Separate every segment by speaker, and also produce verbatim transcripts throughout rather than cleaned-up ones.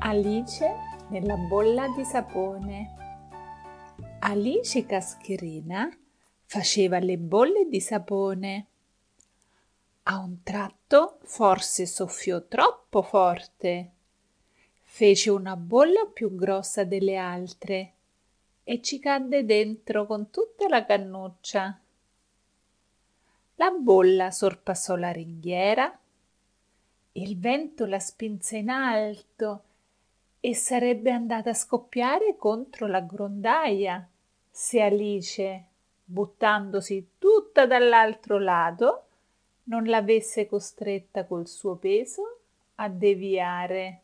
Speaker 1: Alice nella bolla di sapone. Alice Cascherina faceva le bolle di sapone. A un tratto forse soffiò troppo forte. Fece una bolla più grossa delle altre e ci cadde dentro con tutta la cannuccia. La bolla sorpassò la ringhiera, il vento la spinse in alto e sarebbe andata a scoppiare contro la grondaia se Alice, buttandosi tutta dall'altro lato, non l'avesse costretta col suo peso a deviare.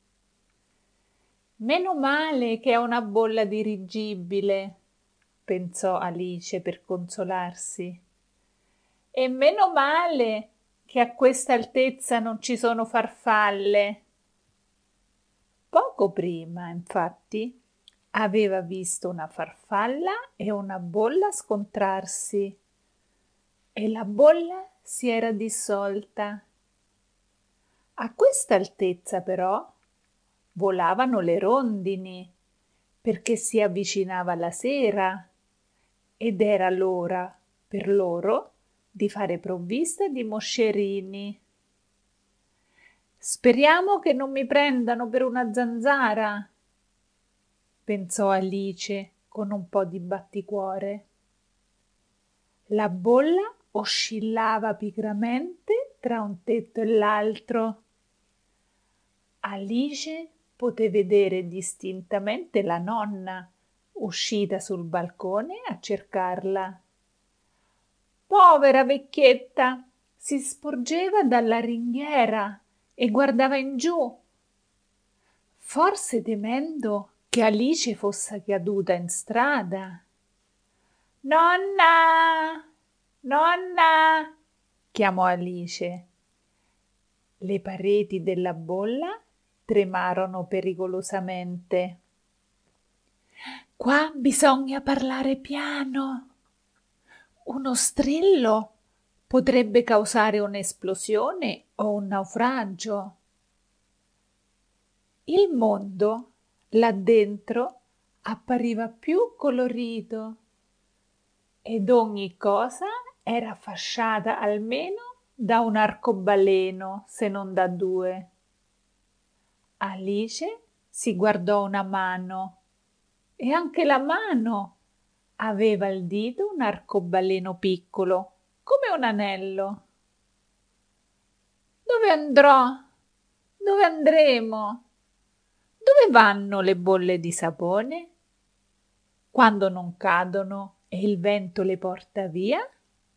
Speaker 1: Meno male che è una bolla dirigibile, pensò Alice per consolarsi. E meno male che a questa altezza non ci sono farfalle. Poco prima, infatti, aveva visto una farfalla e una bolla scontrarsi e la bolla si era dissolta. A questa altezza, però, volavano le rondini perché si avvicinava la sera ed era l'ora per loro di fare provvista di moscerini. Speriamo che non mi prendano per una zanzara, pensò Alice con un po' di batticuore. La bolla oscillava pigramente tra un tetto e l'altro. Alice poté vedere distintamente la nonna uscita sul balcone a cercarla. Povera vecchietta, si sporgeva dalla ringhiera e guardava in giù, forse temendo che Alice fosse caduta in strada. Nonna! Nonna! Chiamò Alice. Le pareti della bolla tremarono pericolosamente. Qua bisogna parlare piano. Uno strillo potrebbe causare un'esplosione o un naufragio. Il mondo là dentro appariva più colorito ed ogni cosa era fasciata almeno da un arcobaleno, se non da due. Alice si guardò una mano e anche la mano aveva al dito un arcobaleno piccolo, come un anello. Dove andrò? Dove andremo? Dove vanno le bolle di sapone? Quando non cadono e il vento le porta via?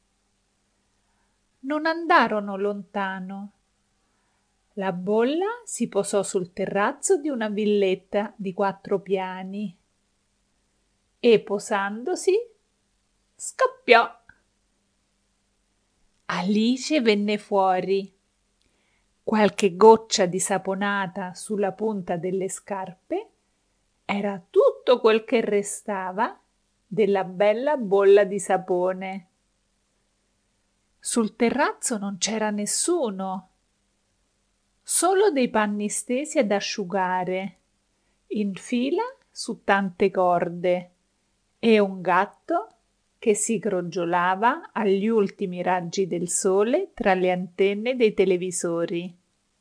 Speaker 1: Non andarono lontano. La bolla si posò sul terrazzo di una villetta di quattro piani e posandosi scoppiò. Alice venne fuori. Qualche goccia di saponata sulla punta delle scarpe era tutto quel che restava della bella bolla di sapone. Sul terrazzo non c'era nessuno, solo dei panni stesi ad asciugare, in fila su tante corde, e un gatto che si crogiolava agli ultimi raggi del sole tra le antenne dei televisori.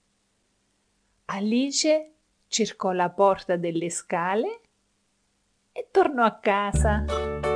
Speaker 1: Alice cercò la porta delle scale e tornò a casa.